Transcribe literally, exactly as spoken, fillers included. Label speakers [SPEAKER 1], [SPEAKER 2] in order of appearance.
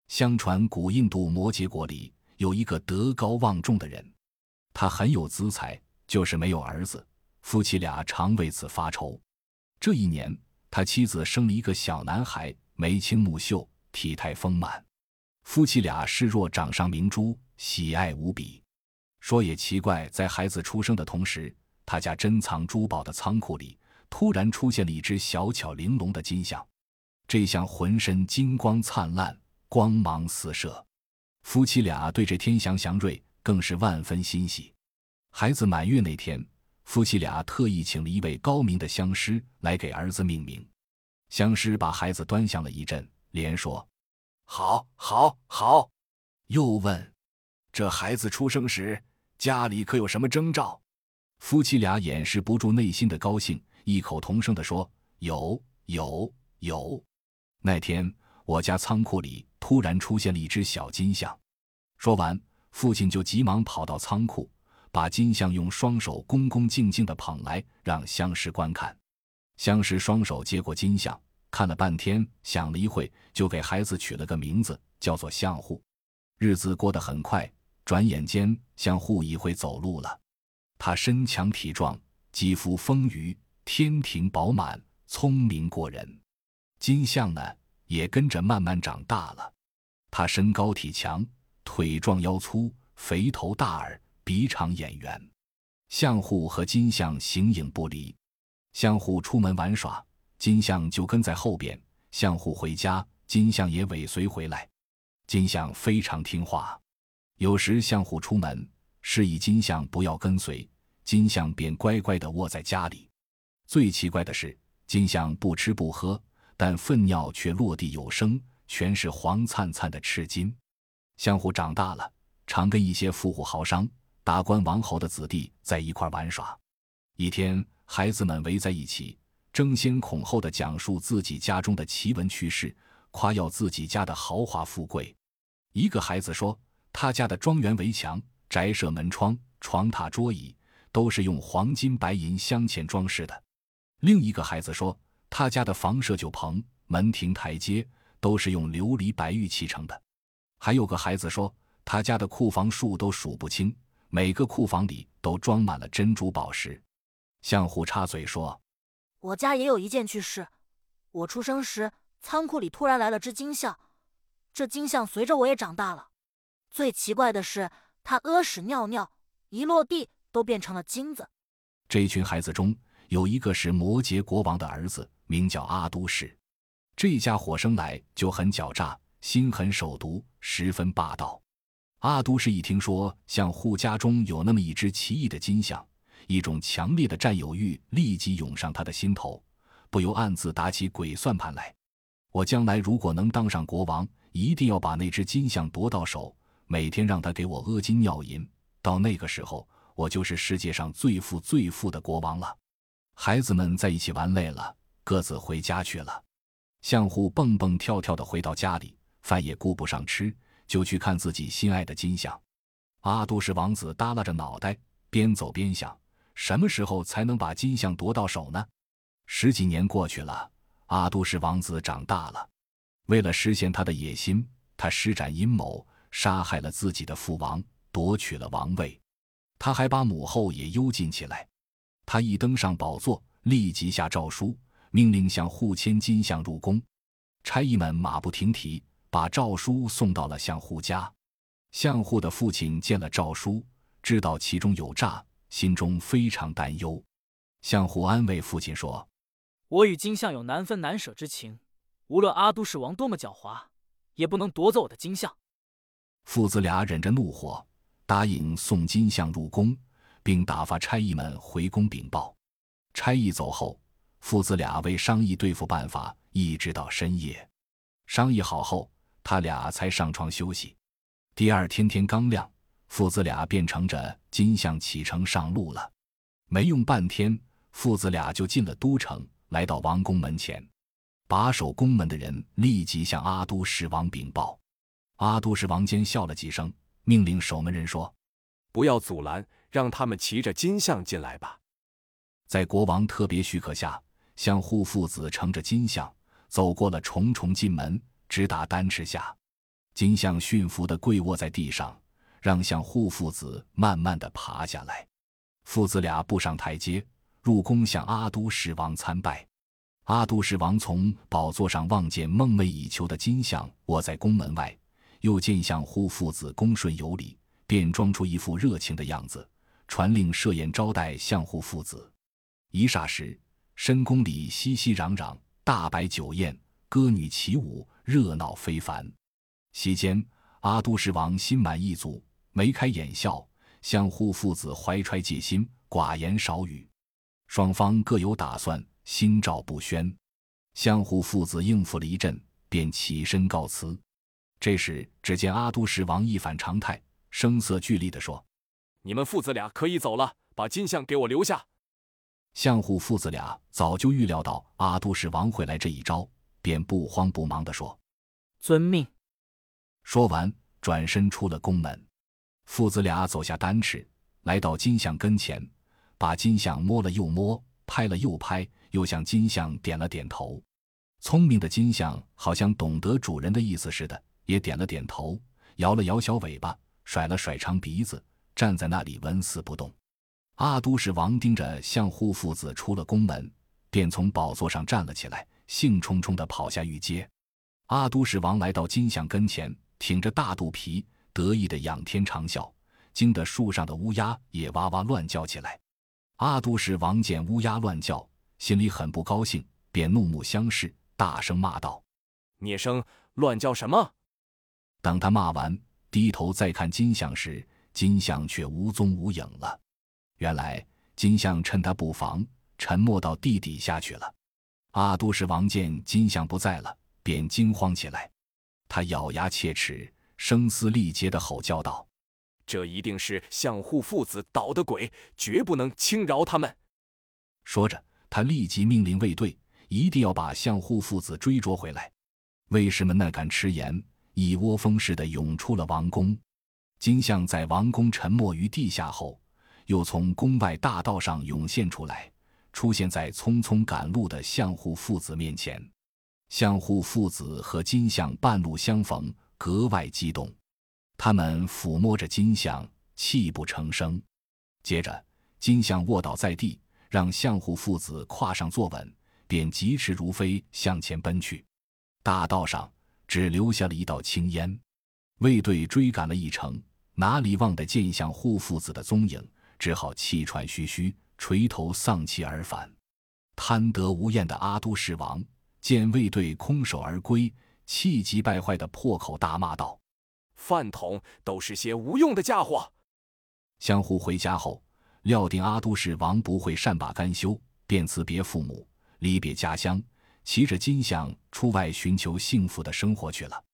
[SPEAKER 1] 相传古印度摩羯国里有一个德高望重的人，他很有资财，就是没有儿子，夫妻俩常为此发愁。这一年，他妻子生了一个小男孩，眉清目秀，体态丰满，夫妻俩视若掌上明珠，喜爱无比。说也奇怪，在孩子出生的同时，他家珍藏珠宝的仓库里突然出现了一只小巧玲珑的金象，这象浑身金光灿烂，光芒四射。夫妻俩对这天祥祥瑞更是万分欣喜。孩子满月那天，夫妻俩特意请了一位高明的相师来给儿子命名。相师把孩子端详了一阵，连说好好好，又问这孩子出生时家里可有什么征兆？夫妻俩掩饰不住内心的高兴，异口同声地说有有有。那天我家仓库里突然出现了一只小金象。说完，父亲就急忙跑到仓库，把金象用双手恭恭敬敬地捧来，让相师观看。相师双手接过金象，看了半天，想了一会，就给孩子取了个名字，叫做相护。日子过得很快，转眼间相护已会走路了。他身强体壮，肌肤丰腴，天庭饱满，聪明过人。金象呢，也跟着慢慢长大了。他身高体强，腿壮腰粗，肥头大耳，鼻长眼圆。相护和金象形影不离。相护出门玩耍，金象就跟在后边；相护回家，金象也尾随回来。金象非常听话，有时相护出门，示意金象不要跟随，金象便乖乖地窝在家里。最奇怪的是，金象不吃不喝，但粪尿却落地有声，全是黄灿灿的赤金。相护长大了，常跟一些富户豪商、达官王侯的子弟在一块玩耍。一天，孩子们围在一起，争先恐后地讲述自己家中的奇闻趣事，夸耀自己家的豪华富贵。一个孩子说，他家的庄园围墙、宅舍门窗、床榻桌椅都是用黄金白银镶嵌装饰的。另一个孩子说，他家的房舍酒棚、门庭台阶都是用琉璃白玉砌成的。还有个孩子说，他家的库房数都数不清，每个库房里都装满了珍珠宝石。相护插嘴说，
[SPEAKER 2] 我家也有一件趣事，我出生时仓库里突然来了只金象，这金象随着我也长大了。最奇怪的是，它屙屎尿尿一落地都变成了金子。
[SPEAKER 1] 这群孩子中有一个是摩羯国王的儿子，名叫阿都氏。这家伙生来就很狡诈，心狠手毒，十分霸道。阿都氏一听说相护家中有那么一只奇异的金象，一种强烈的占有欲立即涌上他的心头，不由暗自打起鬼算盘来。我将来如果能当上国王，一定要把那只金象夺到手，每天让他给我屙金尿银，到那个时候，我就是世界上最富最富的国王了。孩子们在一起玩累了，各自回家去了。相护蹦蹦跳跳地回到家里，饭也顾不上吃，就去看自己心爱的金象。阿都氏王子耷拉着脑袋，边走边想，什么时候才能把金象夺到手呢？十几年过去了，阿都氏王子长大了。为了实现他的野心，他施展阴谋，杀害了自己的父王，夺取了王位。他还把母后也幽禁起来。他一登上宝座，立即下诏书，命令向护迁金象入宫。差役们马不停蹄，把诏书送到了相护家。相护的父亲见了诏书，知道其中有诈，心中非常担忧。相护安慰父亲说，
[SPEAKER 3] 我与金象有难分难舍之情，无论阿都氏王多么狡猾，也不能夺走我的金象。
[SPEAKER 1] 父子俩忍着怒火，答应送金象入宫，并打发差役们回宫禀报。差役走后，父子俩为商议对付办法，一直到深夜。商议好后，他俩才上床休息。第二天天刚亮，父子俩便乘着金象启程上路了。没用半天，父子俩就进了都城，来到王宫门前。把守宫门的人立即向阿都氏王禀报。阿都氏王坚笑了几声，命令守门人说，
[SPEAKER 4] 不要阻拦，让他们骑着金象进来吧。
[SPEAKER 1] 在国王特别许可下，相护父子乘着金象走过了重重进门，直达丹池下。 金相驯服地跪卧在地上，让相护父子慢慢地爬下来。父子俩步上台阶，入宫向阿都氏王参拜。阿都氏王从宝座上望见梦寐以求的金相卧在宫门外，又见相护父子恭顺有礼，便装出一副热情的样子，传令设宴招待相护父子。一霎时，深宫里熙熙攘攘，大摆酒宴，歌女起舞，热闹非凡。席间，阿都氏王心满意足，眉开眼笑，相护父子怀揣戒心，寡言少语。双方各有打算，心照不宣。相护父子应付了一阵，便起身告辞。这时，只见阿都氏王一反常态，声色俱厉地说：“
[SPEAKER 4] 你们父子俩可以走了，把金相给我留下。”
[SPEAKER 1] 相护父子俩早就预料到阿都氏王会来这一招，便不慌不忙地说：“
[SPEAKER 3] 遵命。”
[SPEAKER 1] 说完，转身出了宫门。父子俩走下丹墀，来到金相跟前，把金相摸了又摸，拍了又拍，又向金相点了点头。聪明的金相好像懂得主人的意思似的，也点了点头，摇了摇小尾巴，甩了甩长鼻子，站在那里纹丝不动。阿都氏王盯着相护父子出了宫门，便从宝座上站了起来，兴冲冲地跑下御阶。阿都氏王来到金相跟前，挺着大肚皮，得意地仰天长啸，惊得树上的乌鸦也哇哇乱叫起来。阿都氏王见乌鸦乱叫，心里很不高兴，便怒目相视，大声骂道：“
[SPEAKER 4] 孽生，乱叫什么？”
[SPEAKER 1] 等他骂完，低头再看金相时，金相却无踪无影了。原来金相趁他不防，沉没到地底下去了。阿都氏王见金相不在了，便惊慌起来，他咬牙切齿，声嘶力竭地吼叫道：“
[SPEAKER 4] 这一定是相护父子捣的鬼，绝不能轻饶他们！”
[SPEAKER 1] 说着，他立即命令卫队一定要把相护父子追捉回来。卫士们哪敢迟延，一窝蜂似的涌出了王宫。金相在王宫沉没于地下后，又从宫外大道上涌现出来，出现在匆匆赶路的相护父子面前。相护父子和金相半路相逢，格外激动，他们抚摸着金相，泣不成声。接着，金相卧倒在地，让相护父子跨上坐稳，便疾驰如飞向前奔去。大道上只留下了一道青烟。卫队追赶了一程，哪里望得见相护父子的踪影，只好气喘吁吁，垂头丧气而返。贪得无厌的阿都氏王见卫队空手而归，气急败坏地破口大骂道：“
[SPEAKER 4] 饭桶都是些无用的家伙！”
[SPEAKER 1] 相护回家后，料定阿都氏王不会善罢甘休，便辞别父母，离别家乡，骑着金相出外寻求幸福的生活去了。